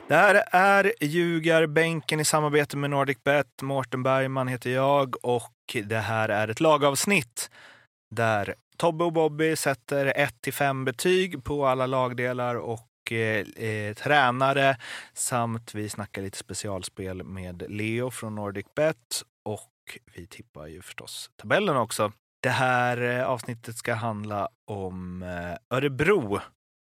Det här är Ljugarbänken i samarbete med NordicBet. Mårten Bergman heter jag och det här är ett lagavsnitt där Tobbe och Bobby sätter 1-5 betyg på alla lagdelar och tränare, samt vi snackar lite specialspel med Leo från NordicBet och vi tippar ju förstås tabellen också. Det här avsnittet ska handla om Örebro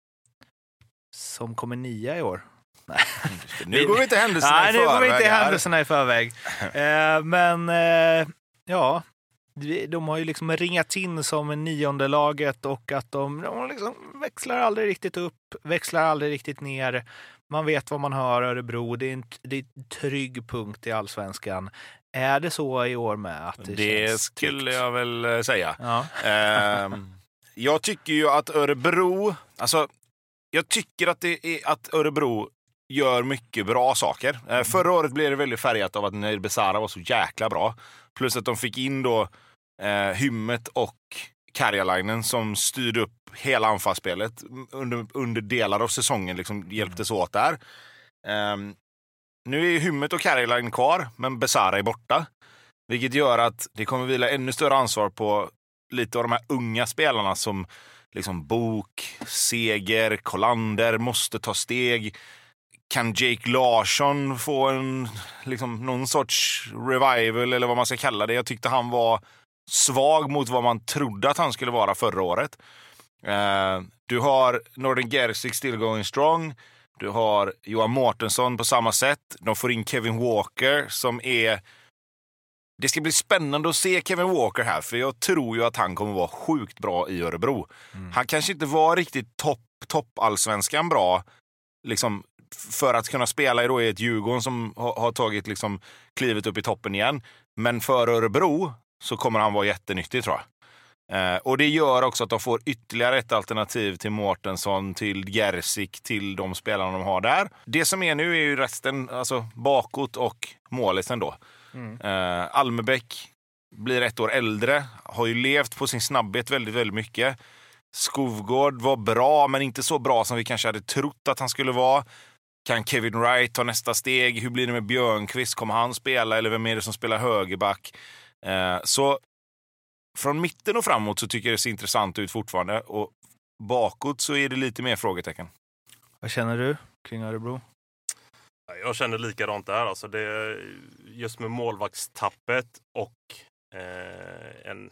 som kommer 9 i år. Nej. Nu går vi inte händelserna i förväg. Nej, nu går vi inte händelserna i förväg. Men ja, de har ju liksom ringat in som 9:e laget och att de liksom växlar aldrig riktigt upp, växlar aldrig riktigt ner. Man vet vad man hör Örebro. Det är en trygg punkt i allsvenskan. Är det så i år med? Att det skulle tryggt? Jag väl säga. Ja. Jag tycker ju att Örebro... Alltså, jag tycker att Örebro gör mycket bra saker. Förra året blev det väldigt färgat av att Neir Besara var så jäkla bra. Plus att de fick in då Hymmet och Karjalainen som styrde upp hela anfallsspelet under delar av säsongen, liksom hjälptes åt där. Nu är Hymmet och Karjalainen kvar, men Besara är borta. Vilket gör att det kommer vila ännu större ansvar på lite av de här unga spelarna som liksom Bok, Seger, Kollander måste ta steg. Kan Jake Larsson få någon sorts revival eller vad man ska kalla det? Jag tyckte han var svag mot vad man trodde att han skulle vara förra året. Du har Norden Gerzik still going strong. Du har Johan Mårtensson på samma sätt. De får in Kevin Walker som är... Det ska bli spännande att se Kevin Walker här, för jag tror ju att han kommer vara sjukt bra i Örebro. Han kanske inte var riktigt topp allsvenskan bra liksom, för att kunna spela i ett Djurgården som har tagit liksom, klivet upp i toppen igen. Men för Örebro så kommer han vara jättenyttig, tror jag. Och det gör också att de får ytterligare ett alternativ till Mårtensson, till Gerzik, till de spelarna de har där. Det som är nu är ju resten, alltså bakåt och målisen då. Almebäck blir 1 år äldre, har ju levt på sin snabbhet väldigt, väldigt mycket. Skovgård var bra, men inte så bra som vi kanske hade trott att han skulle vara. Kan Kevin Wright ta nästa steg? Hur blir det med Björnqvist? Kommer han spela? Eller vem är det som spelar högerback? Så från mitten och framåt så tycker jag det ser intressant ut fortfarande. Och bakåt så är det lite mer frågetecken. Vad känner du kring Örebro? Jag känner likadant där. Alltså det, just med målvaktstappet och en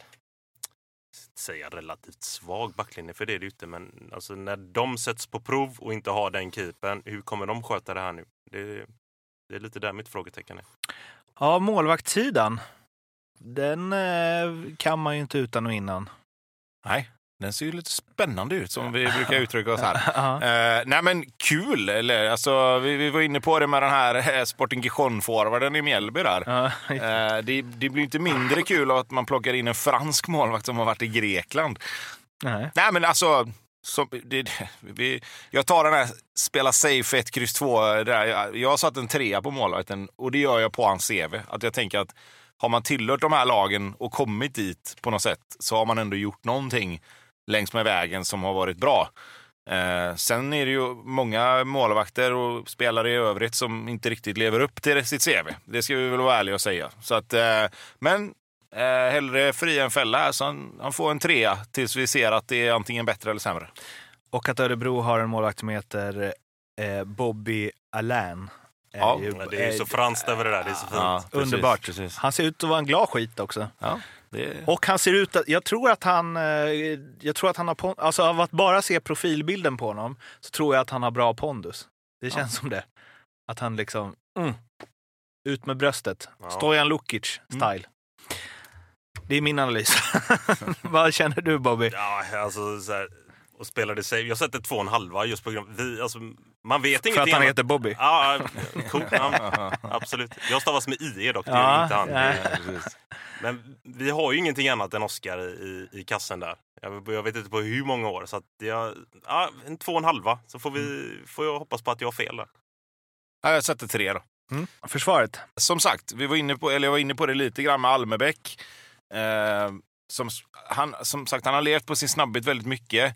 relativt svag backlinje, för det är det inte. Men alltså, när de sätts på prov och inte har den keepern, hur kommer de sköta det här nu? Det är lite där mitt frågetecken är. Ja, målvaktssidan. Den kan man ju inte utan och innan. Nej, den ser ju lite spännande ut som vi brukar uttrycka oss här. Nej men kul, eller alltså vi var inne på det med den här Sporting Gijon-forwarden i Mjällby där. Det blir inte mindre kul av att man plockar in en fransk målvakt som har varit i Grekland. Nej men alltså jag tar den här spela safe 1-2 där. Jag har satt en 3 på målvakten och det gör jag på hans CV. Att jag tänker att har man tillhört de här lagen och kommit dit på något sätt så har man ändå gjort någonting längs med vägen som har varit bra. Sen är det ju många målvakter och spelare i övrigt som inte riktigt lever upp till sitt CV. Det ska vi väl vara ärliga och säga. Så att, men hellre fria än fälla här, så han får en 3 tills vi ser att det är antingen bättre eller sämre. Och att Örebro har en målvakt som heter Bobby Alain. Ja, det är så franskt över det där, det är så fint. Ja, underbart. Precis. Han ser ut att vara en glad skit också. Ja, och han ser ut att, jag tror att han har alltså av att bara se profilbilden på honom så tror jag att han har bra pondus. Det känns som det. Att han liksom ut med bröstet. Stojan Lukic style. Det är min analys. Vad känner du, Bobby? Ja, alltså så här, och spelade save. Jag sätter 2,5 just på grund av alltså, man vet ingenting. För att han heter Bobby. Ja, cool. Absolut. Jag stavas med IE dock, det är inte han. Men vi har ju ingenting annat än Oscar i kassen där. Jag vet inte på hur många år, så att en 2,5 så får jag hoppas på att jag har fel där. Ja, jag sätter 3 då. Försvaret. Som sagt, jag var inne på det lite grann med Almebäck. Som sagt, han har levt på sin snabbhet väldigt mycket.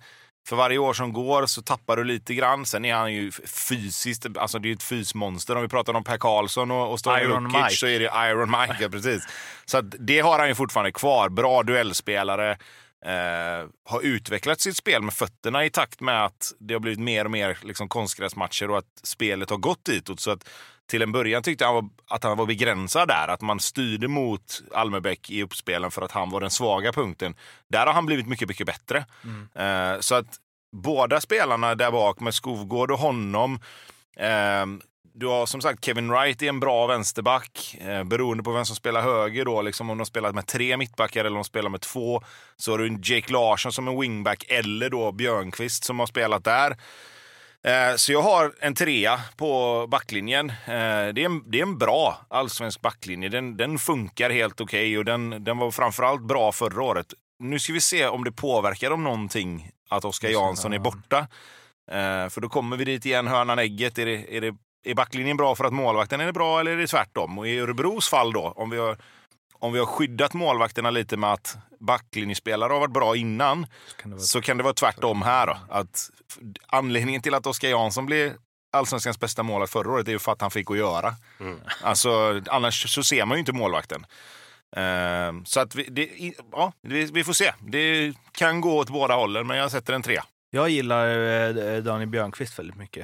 för varje år som går så tappar du lite grann. Sen är han ju fysiskt, alltså det är ett fysmonster. Om vi pratar om Per Karlsson och Iron Mike, så är det Iron Mike, ja, precis. Så att det har han ju fortfarande kvar. Bra duellspelare. Har utvecklat sitt spel med fötterna i takt med att det har blivit mer och mer liksom konstgräsmatcher och att spelet har gått ditåt. Så att till en början tyckte jag att han var begränsad där. Att man styrde mot Almebäck i uppspelen för att han var den svaga punkten. Där har han blivit mycket, mycket bättre. Så att båda spelarna där bak med Skovgård och honom. Du har som sagt Kevin Wright är en bra vänsterback. Beroende på vem som spelar höger då. Liksom om de spelar med 3 mittbackar eller om de spelar med 2. Så har du en Jake Larsson som en wingback. Eller då Björnqvist som har spelat där. Så jag har en 3 på backlinjen. Det är en bra allsvensk backlinje. Den funkar helt okej och den var framförallt bra förra året. Nu ska vi se om det påverkar dem någonting att Oskar Jansson är borta. För då kommer vi dit igen, hörnan ägget. Är backlinjen bra för att målvakten är bra eller är det tvärtom? Och i Örebros fall då, om vi har skyddat målvakterna lite med att backlinjespelare har varit bra innan, så kan det vara tvärtom här då. Att anledningen till att Oskar Jansson blev allsvenskans bästa målvakt förra året är ju för att han fick att göra. Alltså, annars så ser man ju inte målvakten. Så att vi får se. Det kan gå åt båda hållen, men jag sätter en 3. Jag gillar Daniel Björnqvist väldigt mycket.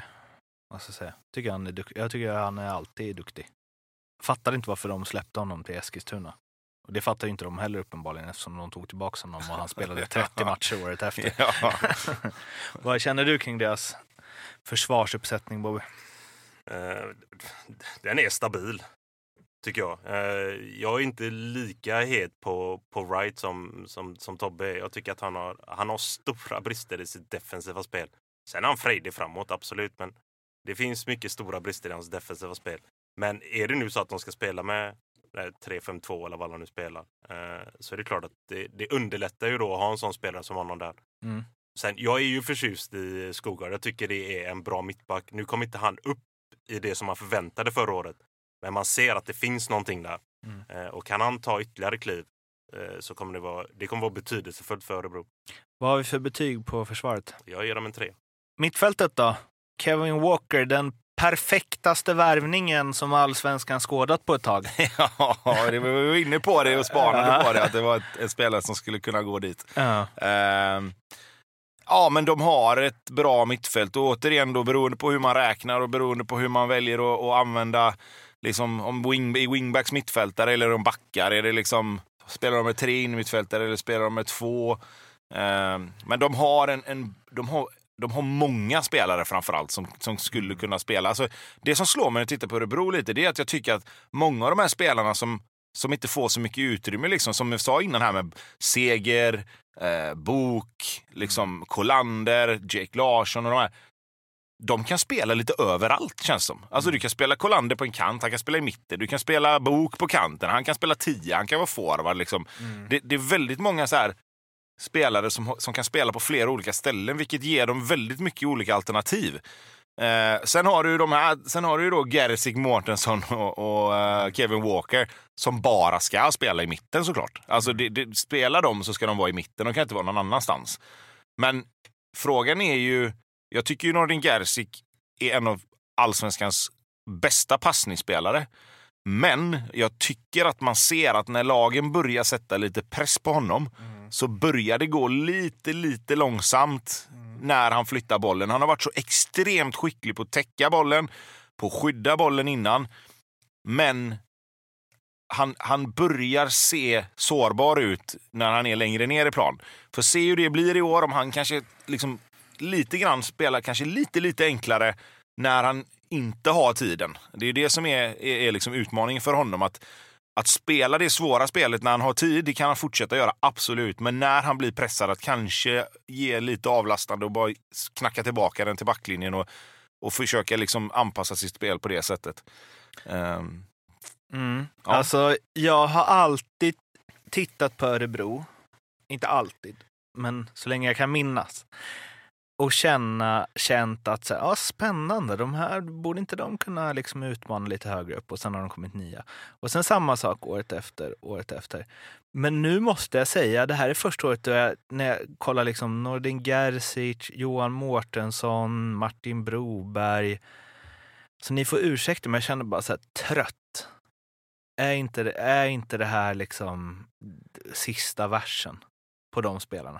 Jag tycker han är alltid duktig. Fattar inte varför de släppte honom till Eskilstuna. Och det fattar ju inte de heller uppenbarligen eftersom de tog tillbaka honom och han spelade 30 matcher året efter. Ja. Vad känner du kring deras försvarsuppsättning, Bobby? Den är stabil, tycker jag. Jag är inte lika het på Wright som Tobbe är. Jag tycker att han har stora brister i sitt defensiva spel. Sen är han frejdig framåt, absolut, men det finns mycket stora brister i hans defensiva spel. Men är det nu så att de ska spela med 3-5-2 eller vad de nu spelar, så är det klart att det underlättar ju då att ha en sån spelare som honom där. Sen, jag är ju förtjust i Skogard. Jag tycker det är en bra mittback. Nu kom inte han upp i det som man förväntade förra året. Men man ser att det finns någonting där. Och kan han ta ytterligare kliv, så kommer det kommer vara betydelsefullt för Örebro. Vad har vi för betyg på försvaret? Jag ger dem en 3. Mittfältet då? Kevin Walker, den perfektaste värvningen som allsvenskan skådat på ett tag. Ja, det var vi inne på det och spanade på det. Att det var ett spelare som skulle kunna gå dit. Ja, men de har ett bra mittfält. Och återigen då, beroende på hur man räknar och beroende på hur man väljer att använda, liksom, om wingbacks mittfältare eller om backar. Är det liksom, spelar de med 3 in mittfältare eller spelar de med 2? Men de har många spelare framförallt som skulle kunna spela. Alltså, det som slår mig när jag tittar på Örebro lite, det är att jag tycker att många av de här spelarna som inte får så mycket utrymme, liksom, som jag sa innan här med Seger, Bok, liksom Kolander, Jake Larsson och de här, de kan spela lite överallt, känns som. Alltså du kan spela Kolander på en kant, han kan spela i mitten, du kan spela Bok på kanten, han kan spela 10, han kan vara forward liksom. Det är väldigt många så här spelare som kan spela på flera olika ställen, vilket ger dem väldigt mycket olika alternativ. Sen har du då Gerzik Mårtensson och Kevin Walker som bara ska spela i mitten, såklart. Alltså spelar de så ska de vara i mitten, de kan inte vara någon annanstans. Men frågan är ju, jag tycker ju Nordin Gerzik är en av allsvenskans bästa passningsspelare. Men jag tycker att man ser att när lagen börjar sätta lite press på honom, så börjar det gå lite långsamt när han flyttar bollen. Han har varit så extremt skicklig på att täcka bollen, på att skydda bollen innan. Men han börjar se sårbar ut när han är längre ner i plan. För se hur det blir i år om han kanske liksom lite grann spelar kanske lite enklare när han inte har tiden. Det är det som är liksom utmaningen för honom, att spela det svåra spelet när han har tid, det kan han fortsätta göra, absolut. Men när han blir pressad, att kanske ge lite avlastande och bara knacka tillbaka den till backlinjen och försöka liksom anpassa sitt spel på det sättet. Ja. Alltså, jag har alltid tittat på Örebro. Inte alltid, men så länge jag kan minnas. och känt att så här, spännande, de här borde inte de kunna liksom utmana lite högre upp, och sen har de kommit 9. Och sen samma sak året efter. Men nu måste jag säga, det här är första året då när jag kollar liksom Nordin Gerzic, Johan Mårtensson, Martin Broberg. Så ni får ursäkta, men jag känner bara så här trött. Är inte det här liksom sista versen på de spelarna?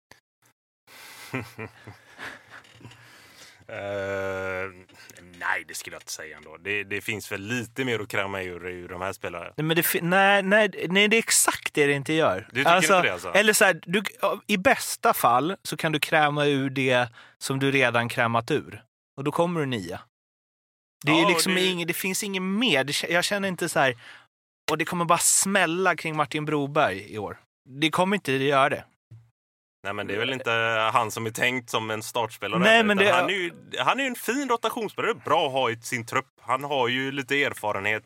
Nej, det skulle jag inte säga ändå. Det finns väl lite mer att kräma ur de här spelarna. Nej, det är exakt det inte gör. Du tycker inte det alltså? Eller så här, i bästa fall så kan du kräma ur det som du redan krämat ur. Och då kommer du 9. Det är liksom det finns inget mer. Jag känner inte så här, och det kommer bara smälla kring Martin Broberg i år. Det kommer inte göra det. Nej, men det är väl inte han som är tänkt som en startspelare. Nej, men han är ju en fin rotationsspelare, bra att ha i sin trupp. Han har ju lite erfarenhet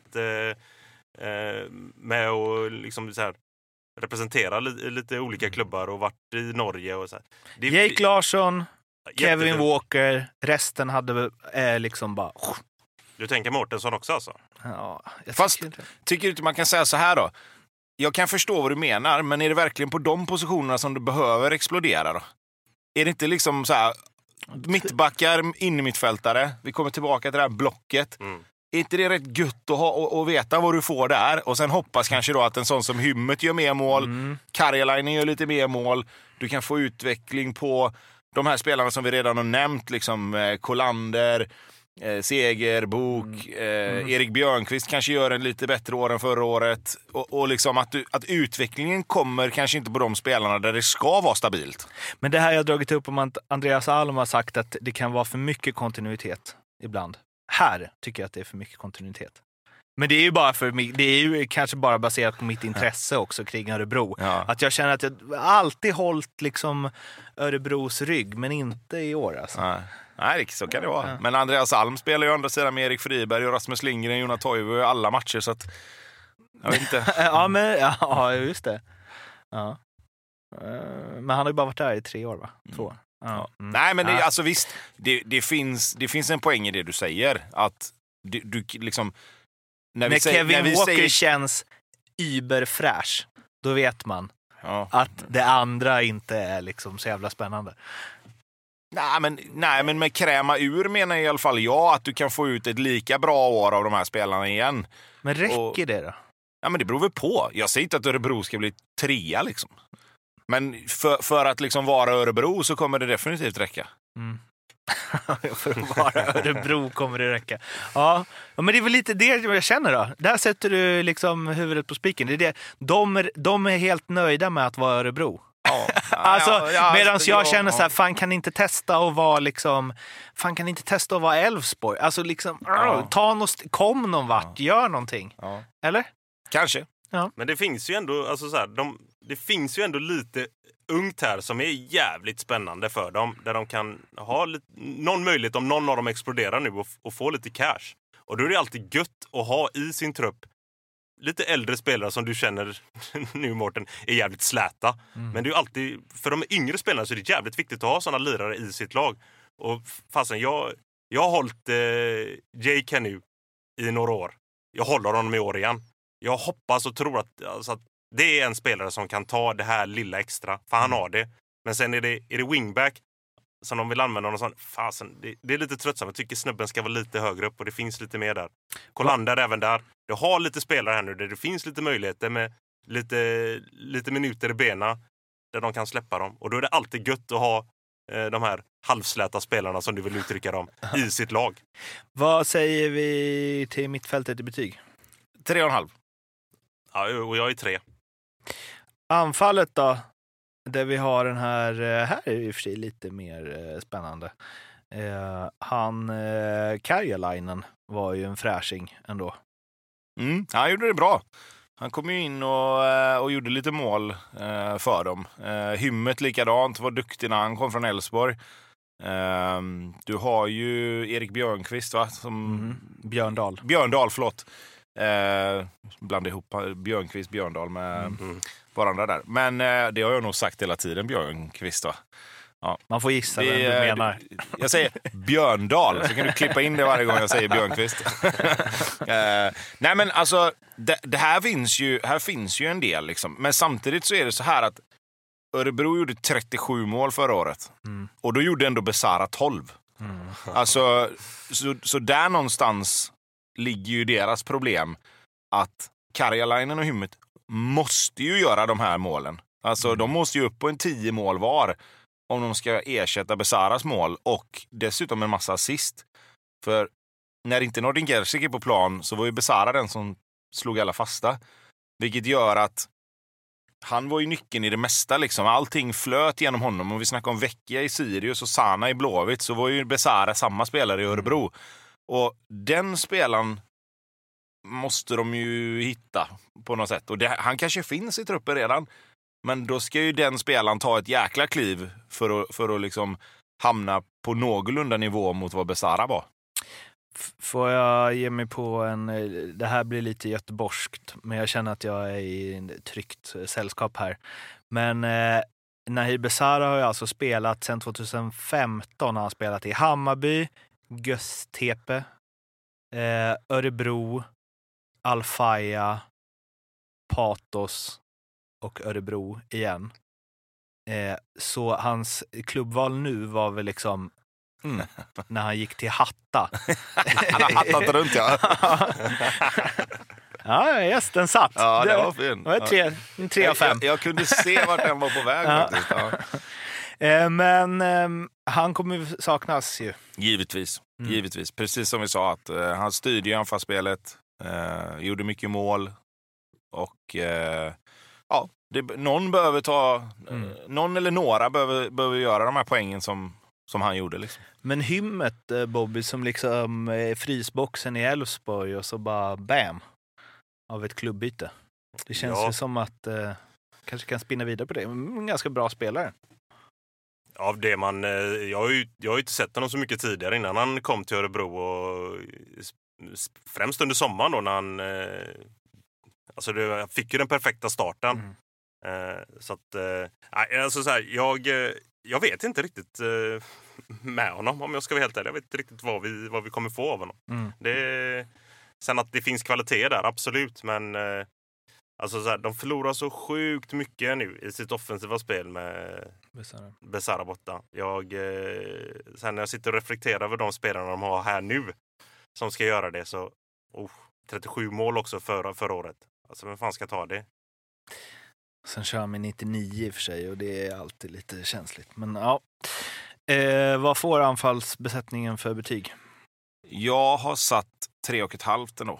med att liksom så här, representera lite olika klubbar och varit i Norge och så här. Jake Larsson, Kevin Walker, resten hade liksom bara... Du tänker Mårtensson också alltså? Ja, fast tycker du inte man kan säga så här då? Jag kan förstå vad du menar, men är det verkligen på de positionerna som du behöver explodera då? Är det inte liksom så här mittbackar, innermittfältare, vi kommer tillbaka till det här blocket. Är inte det rätt gött att ha och veta vad du får där? Och sen hoppas kanske då att en sån som Hymmet gör mer mål, Karjalainen gör lite mer mål, du kan få utveckling på de här spelarna som vi redan har nämnt, liksom Kolander, Seger, Bok, Erik Björnqvist kanske gör en lite bättre år än förra året, och liksom att utvecklingen kommer kanske inte på de spelarna där det ska vara stabilt. Men det här jag har dragit upp om att Andreas Alm har sagt att det kan vara för mycket kontinuitet ibland. Här tycker jag att det är för mycket kontinuitet. Men det är ju bara det är ju kanske bara baserat på mitt intresse också kring Örebro. Ja. Att jag känner att jag alltid hållit liksom Örebros rygg, men inte i år alltså. Nej, så kan det vara. Ja. Men Andreas Alm spelar ju andra sidan med Erik Friberg och Rasmus Lindgren, Jonas Toivo i alla matcher, så att jag vet inte. ja, just det. Ja. Men han har ju bara varit där i 3 år, va? 2 år. Ja. Nej, men alltså visst, det finns en poäng i det du säger, att du liksom när Kevin Walker känns überfräsch, då vet man att det andra inte är liksom så jävla spännande. Nej, men med kräma ur menar i alla fall jag att du kan få ut ett lika bra år av de här spelarna igen. Men räcker det då? Ja, men det beror väl på. Jag säger inte att Örebro ska bli 3 liksom. Men för att liksom vara Örebro så kommer det definitivt räcka. För att vara Örebro kommer det räcka. Ja, men det är väl lite det jag känner då. Där sätter du liksom huvudet på spiken. Det är det. De är helt nöjda med att vara Örebro. Medan jag känner så här, fan kan inte testa att vara liksom, fan kan inte testa att vara Elfsborg, alltså liksom kom någon vart, gör någonting. Eller? Kanske. Ja. Men det finns ju ändå alltså så här, det finns ju ändå lite ungt här som är jävligt spännande för dem, där de kan ha någon möjlighet om någon av dem exploderar nu och få lite cash. Och då är det alltid gött att ha i sin trupp lite äldre spelare som du känner nu, Mårten, är jävligt släta. Men det är ju alltid, för de yngre spelarna så är det jävligt viktigt att ha sådana lirare i sitt lag. Och fastän jag har hållit Jake nu i några år. Jag håller honom i år igen. Jag hoppas och tror att det är en spelare som kan ta det här lilla extra, för han har det. Men sen är det wingback som de vill använda någon sån. Fasen, det är lite tröttsamt. Jag tycker snubben ska vara lite högre upp och det finns lite mer där. Kolander även där. Du har lite spelare här nu där det finns lite möjligheter med lite minuter i bena där de kan släppa dem. Och då är det alltid gött att ha de här halvsläta spelarna som du vill uttrycka dem i sitt lag. Vad säger vi till mittfältet i betyg? 3,5. Ja, och jag är 3. Anfallet då? Där vi har den här är i och för sig lite mer spännande. Karjalainen var ju en fräsching ändå. Han gjorde det bra. Han kom ju in och gjorde lite mål för dem. Hymmet likadant, var duktig när han kom från Elfsborg. Du har ju Erik Björnqvist, va? Björndal, förlåt. Blanda ihop Björnqvist, Björndal med varandra där. Men det har jag nog sagt hela tiden, Björnqvist, va? Ja. Man får gissa vem du menar. Jag säger Björndal, så kan du klippa in det varje gång jag säger Björnqvist. Nej men alltså, det här finns ju en del liksom. Men samtidigt så är det så här att Örebro gjorde 37 mål förra året. Och då gjorde ändå Besara 12. Alltså, så där någonstans ligger ju deras problem. Att Karjalainen och Hymmet måste ju göra de här målen. Alltså de måste ju upp på en 10 mål var om de ska ersätta Besaras mål och dessutom en massa assist. För när inte Nordin Gerzik är på plan så var ju Besara den som slog alla fasta. Vilket gör att han var ju nyckeln i det mesta liksom. Allting flöt genom honom. Om vi snackar om Vecchia i Sirius och Sana i Blåvitt så var ju Besara samma spelare i Örebro. Och den spelaren måste de ju hitta på något sätt. Och han kanske finns i truppen redan. Men då ska ju den spelaren ta ett jäkla kliv för att liksom hamna på någorlunda nivå mot vad Besara var. Får jag ge mig på det här blir lite göteborgskt, men jag känner att jag är i en tryggt sällskap här. Men Nahir Besara har ju alltså spelat sedan 2015. Har han spelat i Hammarby, Göztepe, Örebro, Al-Faya, Patos och Örebro igen. Så hans klubbval nu var väl liksom när han gick till Hatta. Han har hattat runt, ja. Ja, just den satt. Ja, det var fin. Det var 3 av 5. Jag kunde se vart den var på väg faktiskt. Ja. Men han kommer saknas ju. Givetvis. Precis som vi sa, att han styrde ju anfallsspelet, gjorde mycket mål och någon behöver någon eller några behöver göra de här poängen som han gjorde liksom. Men Hymmet, Bobby, som liksom frysboxen i Elfsborg och så bara bam av ett klubbyte. Det känns ju som att kanske kan spinna vidare på det. En ganska bra spelare. Av det jag har ju inte sett honom så mycket tidigare innan han kom till Örebro och främst under sommaren då när han alltså fick ju den perfekta starten. Så att jag vet inte riktigt med honom, om jag ska vara helt ärlig. Jag vet inte riktigt vad vi kommer få av honom. Sen att det finns kvalitet där, absolut. Men de förlorar så sjukt mycket nu i sitt offensiva spel med Besara borta. Sen när jag sitter och reflekterar över de spelarna de har här nu som ska göra det, så 37 mål också förra året. Alltså vem fan ska ta det? Sen kör han med 99 i och för sig och det är alltid lite känsligt. Men ja. Vad får anfallsbesättningen för betyg? Jag har satt 3,5 ändå.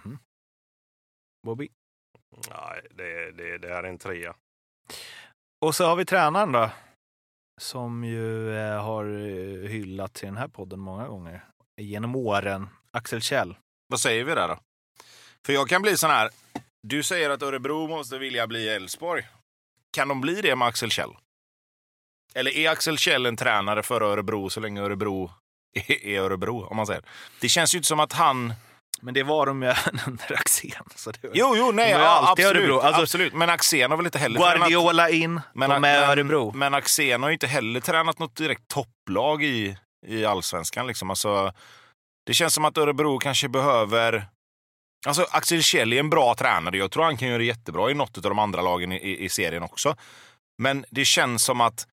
Bobby? Nej, det är en 3. Och så har vi tränaren då. Som ju har hyllat i den här podden många gånger. Genom åren. Axel Kjell. Vad säger vi där då? För jag kan bli sån här. Du säger att Örebro måste vilja bli Elfsborg. Kan de bli det med Axel Kjell? Eller är Axel Kjell en tränare för Örebro så länge Örebro är Örebro, om man säger? Det känns ju inte som att han... Men det var de ju under Axén. Så det var... Jo, nej, absolut, Örebro. Alltså, absolut. Men Axén har väl inte heller Guardiola in med Örebro. Men Axén har ju inte heller tränat något direkt topplag i Allsvenskan. Liksom. Alltså, det känns som att Örebro kanske behöver... Alltså Axel Kjell är en bra tränare. Jag tror han kan göra det jättebra i något av de andra lagen i serien också. Men det känns som att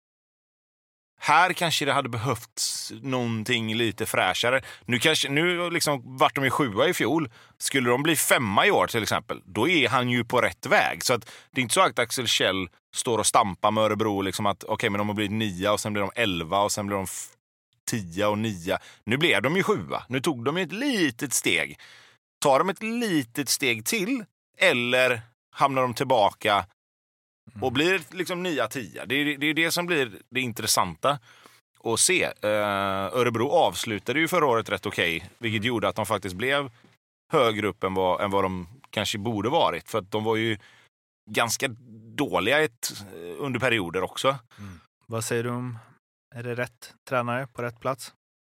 här kanske det hade behövts någonting lite fräschare. Nu liksom vart de ju 7 i fjol. Skulle de bli 5 i år till exempel, då är han ju på rätt väg. Så att det är inte så att Axel Kjell står och stampar med Örebro liksom att okej, men de har blivit 9 och sen blir de 11 och sen blir de 10 och 9. Nu blev de ju 7. Nu tog de ett litet steg. Tar de ett litet steg till eller hamnar de tillbaka och blir liksom 9-10? Det är det som blir det intressanta att se. Örebro avslutade ju förra året rätt okej, vilket gjorde att de faktiskt blev högre upp än vad de kanske borde varit. För att de var ju ganska dåliga under perioder också. Vad säger du om? Är det rätt tränare på rätt plats?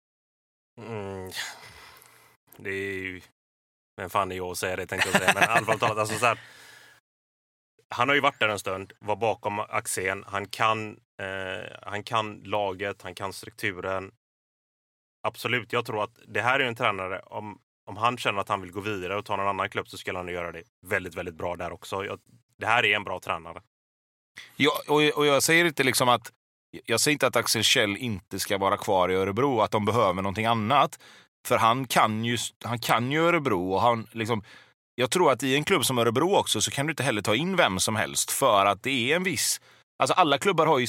Det är ju... Men fan är jag att säga det, tänkte jag säga. Men allvarligt talat, alltså så här, han har ju varit där en stund, var bakom Axén. Han kan Han kan laget, han kan strukturen. Absolut, jag tror att det här är en tränare, om han känner att han vill gå vidare och ta någon annan klubb så skulle han göra det väldigt, väldigt bra där också. Det här är en bra tränare. Ja, och jag säger inte liksom att jag säger inte att Axel Kjell inte ska vara kvar i Örebro, att de behöver någonting annat. För han kan ju Örebro och han liksom, jag tror att i en klubb som Örebro också så kan du inte heller ta in vem som helst för att det är en viss, alltså alla klubbar har ju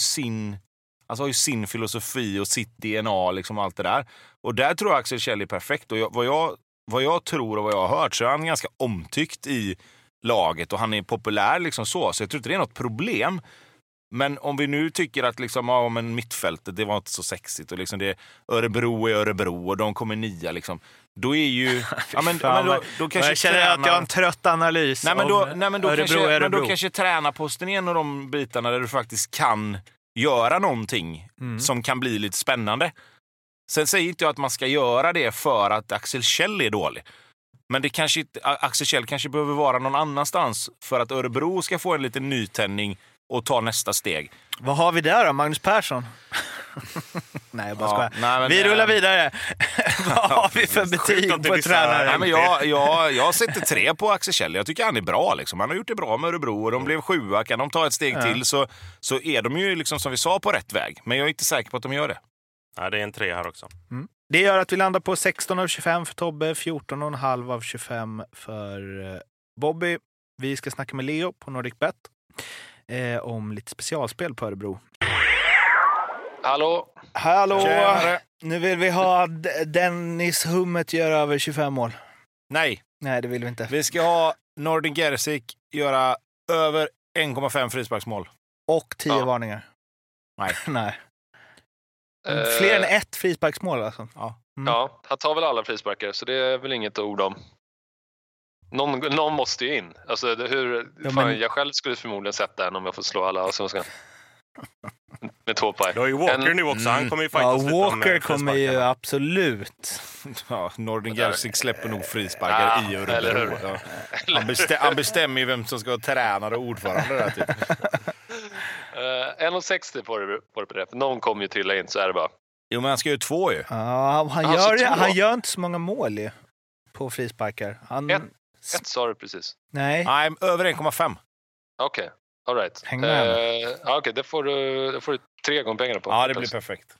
sin filosofi och sitt DNA liksom allt det där. Och där tror jag Axel Kjell är perfekt och vad jag tror och vad jag har hört så är han ganska omtyckt i laget och han är populär liksom så jag tror inte det är något problem. Men om vi nu tycker att liksom, men mittfältet, det var inte så sexigt och liksom det Örebro är Örebro och de kommer 9 liksom. Då är ju då kanske jag känner att jag har en trött analys. Då kanske tränarposten är en av de bitarna där du faktiskt kan göra någonting som kan bli lite spännande. Sen säger inte jag att man ska göra det för att Axel Kjell är dålig. Men det kanske inte, Axel Kjell kanske behöver vara någon annanstans för att Örebro ska få en liten nytändning och ta nästa steg. Vad har vi där då? Magnus Persson? Nej, jag bara skojar. Vi rullar vidare. Vad har vi för betyg på tränare? Nej, men jag sätter 3 på Axel Kjell. Jag tycker han är bra. Liksom. Han har gjort det bra med Örebro och de blev 7. Kan de ta ett steg till så är de ju liksom, som vi sa, på rätt väg. Men jag är inte säker på att de gör det. Nej, det är en 3 här också. Det gör att vi landar på 16 av 25 för Tobbe, 14,5 av 25 för Bobby. Vi ska snacka med Leo på NordicBet om lite specialspel på Örebro. Hallå! Tjänare. Nu vill vi ha Dennis Hummet göra över 25 mål. Nej, det vill vi inte. vi ska ha Nordin Gerzik göra över 1,5 frisparksmål. Och 10 varningar. Nej. Fler än ett frisparksmål alltså. Ja, han tar väl alla frisparkar så det är väl inget ord om. Någon måste ju in. Alltså, jag själv skulle förmodligen sätta den om jag får slå alla allsvenskan. Med 2 poäng. Du har ju Walker nu också. Han kommer ju faktiskt Walker kommer ju absolut. Ja, Nordin Gerzik släpper nog frisparkar i Örebro. Han bestämmer ju vem som ska vara tränare och ordförande där typ. 1,60 på det. Någon kommer ju trilla in så är det bara. Jo, men han ska ju 2 ju. Ja, han gör inte så många mål på frisparkar. Ett sa du precis. Nej, över 1,5. Okej, all right. Häng med. Okej, det får du 3 gånger pengarna på. Ja, det blir perfekt.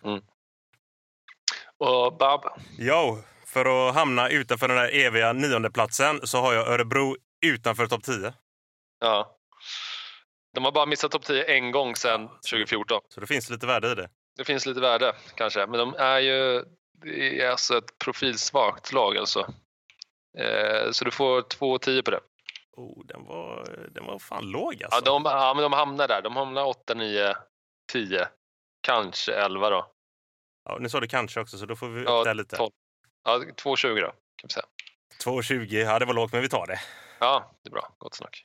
Och Bob? Jo, för att hamna utanför den där eviga 9:e platsen så har jag Örebro utanför topp 10. Ja. De har bara missat topp 10 en gång sedan 2014. Så det finns lite värde i det. Det finns lite värde, kanske. Men det är alltså ett profilsvagt lag alltså. Så du får 2,10 på det. Den var fan låg alltså. Ja, men de hamnar där. De hamnar 8, 9, 10. Kanske 11 då. Ja, nu sa du kanske också så då får vi upp det lite. 12. Ja, 2,20 då kan vi säga. 2,20, ja det var lågt men vi tar det. Ja, det är bra. Gott snack.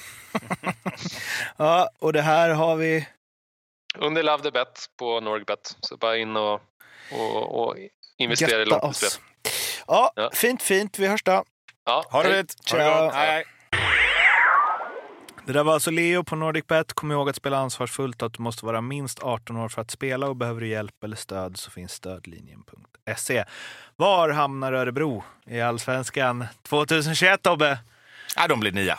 Ja, och det här har vi under Love the Bet på NordicBet. Så bara in och investera i långtidsspel. Ja, fint. Vi hörs då. Ja, ha det rätt. Ciao. Hej. Det där var alltså Leo på NordicBet. Kom ihåg att spela ansvarsfullt och att du måste vara minst 18 år för att spela, och behöver du hjälp eller stöd så finns stödlinjen.se. Var hamnar Örebro i Allsvenskan 2021, Tobbe? Ja, de blir 9.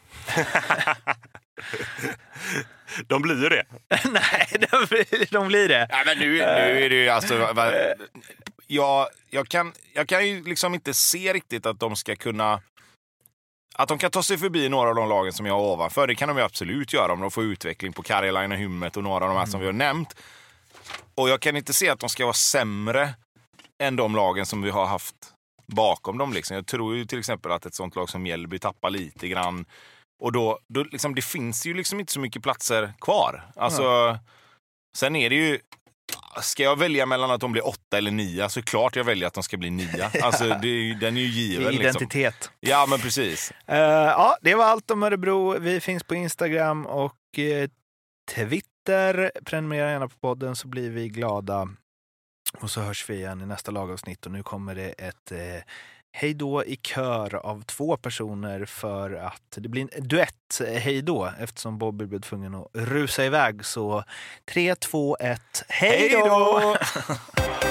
De blir ju det. Nej, de blir det. Ja, men nu är det ju alltså... Jag kan ju liksom inte se riktigt att de ska kunna... Att de kan ta sig förbi några av de lagen som jag har ovanför. Det kan de ju absolut göra om de får utveckling på Karjalainen och Hummet och några av de här som vi har nämnt. Och jag kan inte se att de ska vara sämre än de lagen som vi har haft bakom dem. Liksom. Jag tror ju till exempel att ett sånt lag som Mjällby tappar lite grann. Och då liksom, det finns ju liksom inte så mycket platser kvar. Alltså, sen är det ju... Ska jag välja mellan att de blir 8 eller 9 så klart jag väljer att de ska bli 9. Alltså, den är ju given. Identitet. Liksom. Ja, men precis. Ja, det var allt om Örebro. Vi finns på Instagram och Twitter. Prenumerera gärna på podden så blir vi glada. Och så hörs vi igen i nästa lagavsnitt. Och nu kommer det ett hej då i kör av 2 personer för att det blir en duett hej då eftersom Bobby blev tvungen att rusa iväg. Så 3, 2, 1, hej då!